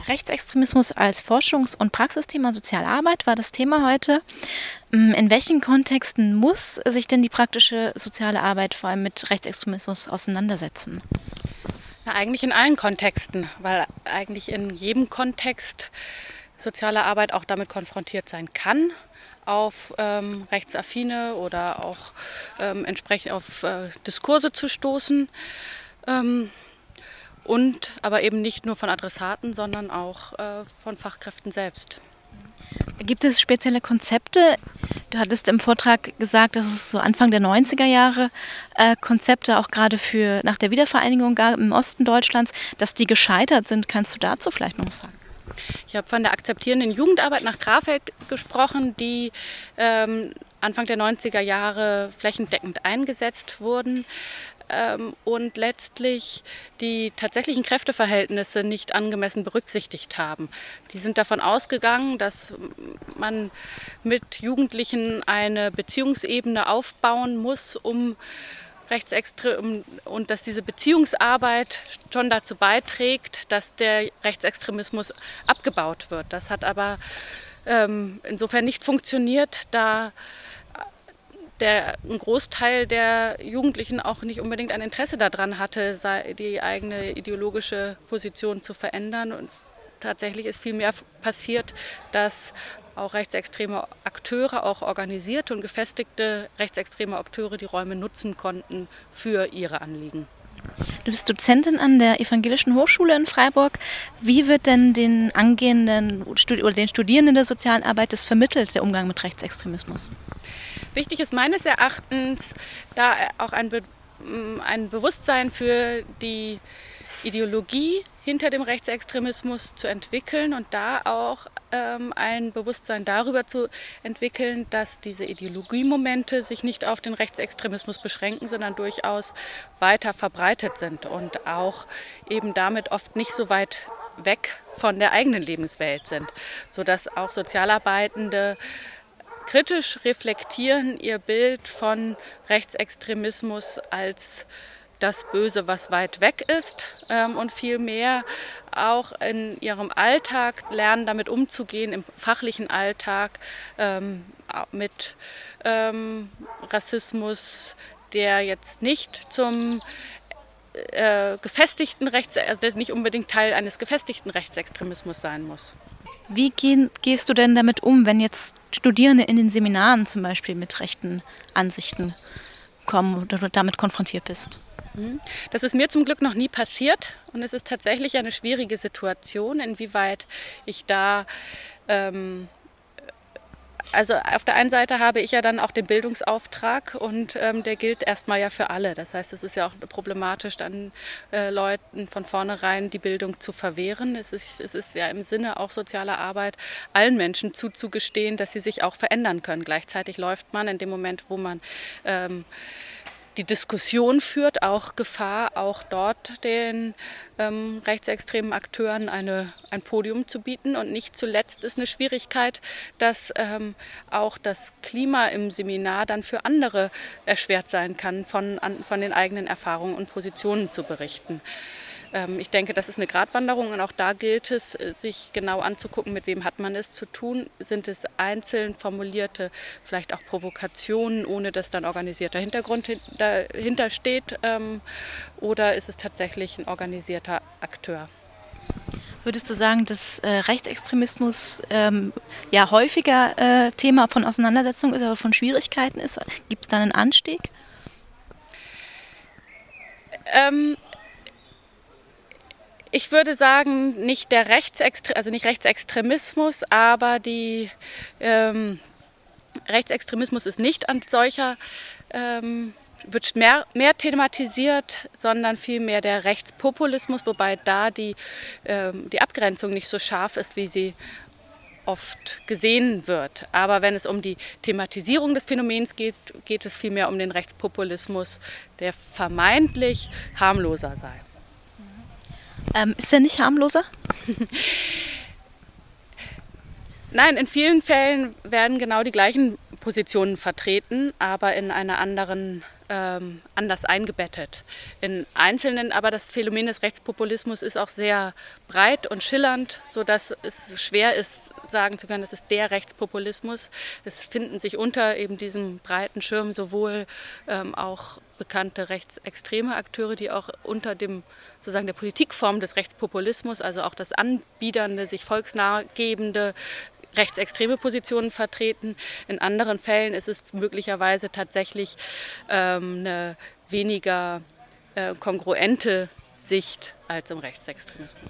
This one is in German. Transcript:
Rechtsextremismus als Forschungs- und Praxisthema Sozialarbeit war das Thema heute. In welchen Kontexten muss sich denn die praktische soziale Arbeit vor allem mit Rechtsextremismus auseinandersetzen? Na, eigentlich in allen Kontexten, weil eigentlich in jedem Kontext soziale Arbeit auch damit konfrontiert sein kann, auf rechtsaffine oder auch entsprechend auf Diskurse zu stoßen. Und aber eben nicht nur von Adressaten, sondern auch von Fachkräften selbst. Gibt es spezielle Konzepte? Du hattest im Vortrag gesagt, dass es so Anfang der 90er Jahre Konzepte auch gerade für nach der Wiedervereinigung gab im Osten Deutschlands, dass die gescheitert sind. Kannst du dazu vielleicht noch was sagen? Ich habe von der akzeptierenden Jugendarbeit nach Krefeld gesprochen, die Anfang der 90er Jahre flächendeckend eingesetzt wurden. Und letztlich die tatsächlichen Kräfteverhältnisse nicht angemessen berücksichtigt haben. Die sind davon ausgegangen, dass man mit Jugendlichen eine Beziehungsebene aufbauen muss, und dass diese Beziehungsarbeit schon dazu beiträgt, dass der Rechtsextremismus abgebaut wird. Das hat aber insofern nicht funktioniert, da ein Großteil der Jugendlichen auch nicht unbedingt ein Interesse daran hatte, die eigene ideologische Position zu verändern. Und tatsächlich ist viel mehr passiert, dass auch rechtsextreme Akteure, auch organisierte und gefestigte rechtsextreme Akteure die Räume nutzen konnten für ihre Anliegen. Du bist Dozentin an der Evangelischen Hochschule in Freiburg. Wie wird denn den angehenden oder den Studierenden der sozialen Arbeit das vermittelt, der Umgang mit Rechtsextremismus? Wichtig ist meines Erachtens, da auch ein Bewusstsein für die Ideologie hinter dem Rechtsextremismus zu entwickeln und da auch ein Bewusstsein darüber zu entwickeln, dass diese Ideologiemomente sich nicht auf den Rechtsextremismus beschränken, sondern durchaus weiter verbreitet sind und auch eben damit oft nicht so weit weg von der eigenen Lebenswelt sind, sodass auch Sozialarbeitende kritisch reflektieren ihr Bild von Rechtsextremismus als das Böse, was weit weg ist und vielmehr auch in ihrem Alltag lernen, damit umzugehen, im fachlichen Alltag mit Rassismus, der jetzt nicht zum gefestigten also der nicht unbedingt Teil eines gefestigten Rechtsextremismus sein muss. Wie gehst du denn damit um, wenn jetzt Studierende in den Seminaren zum Beispiel mit rechten Ansichten kommen oder du damit konfrontiert bist? Das ist mir zum Glück noch nie passiert und es ist tatsächlich eine schwierige Situation, inwieweit ich da also auf der einen Seite habe ich ja dann auch den Bildungsauftrag und der gilt erstmal ja für alle. Das heißt, es ist ja auch problematisch, dann Leuten von vornherein die Bildung zu verwehren. Es ist ja im Sinne auch sozialer Arbeit, allen Menschen zuzugestehen, dass sie sich auch verändern können. Gleichzeitig läuft man in dem Moment, wo man die Diskussion führt, auch Gefahr, auch dort den rechtsextremen Akteuren ein Podium zu bieten. Und nicht zuletzt ist eine Schwierigkeit, dass auch das Klima im Seminar dann für andere erschwert sein kann, von den eigenen Erfahrungen und Positionen zu berichten. Ich denke, das ist eine Gratwanderung und auch da gilt es, sich genau anzugucken, mit wem hat man es zu tun. Sind es einzeln formulierte, vielleicht auch Provokationen, ohne dass dann organisierter Hintergrund dahinter steht, oder ist es tatsächlich ein organisierter Akteur? Würdest du sagen, dass Rechtsextremismus ja häufiger Thema von Auseinandersetzungen ist, aber von Schwierigkeiten ist? Gibt es da einen Anstieg? Ich würde sagen, nicht nicht Rechtsextremismus, aber Rechtsextremismus ist nicht an solcher, wird mehr thematisiert, sondern vielmehr der Rechtspopulismus, wobei da die Abgrenzung nicht so scharf ist, wie sie oft gesehen wird. Aber wenn es um die Thematisierung des Phänomens geht, geht es vielmehr um den Rechtspopulismus, der vermeintlich harmloser sei. Ist er nicht harmloser? Nein, in vielen Fällen werden genau die gleichen Positionen vertreten, aber in einer anderen anders eingebettet. In Einzelnen aber das Phänomen des Rechtspopulismus ist auch sehr breit und schillernd, sodass es schwer ist, sagen zu können, das ist der Rechtspopulismus. Es finden sich unter eben diesem breiten Schirm sowohl auch bekannte rechtsextreme Akteure, die auch unter dem sozusagen der Politikform des Rechtspopulismus, also auch das anbiedernde, sich volksnahgebende, rechtsextreme Positionen vertreten. In anderen Fällen ist es möglicherweise tatsächlich eine weniger kongruente Sicht als im Rechtsextremismus.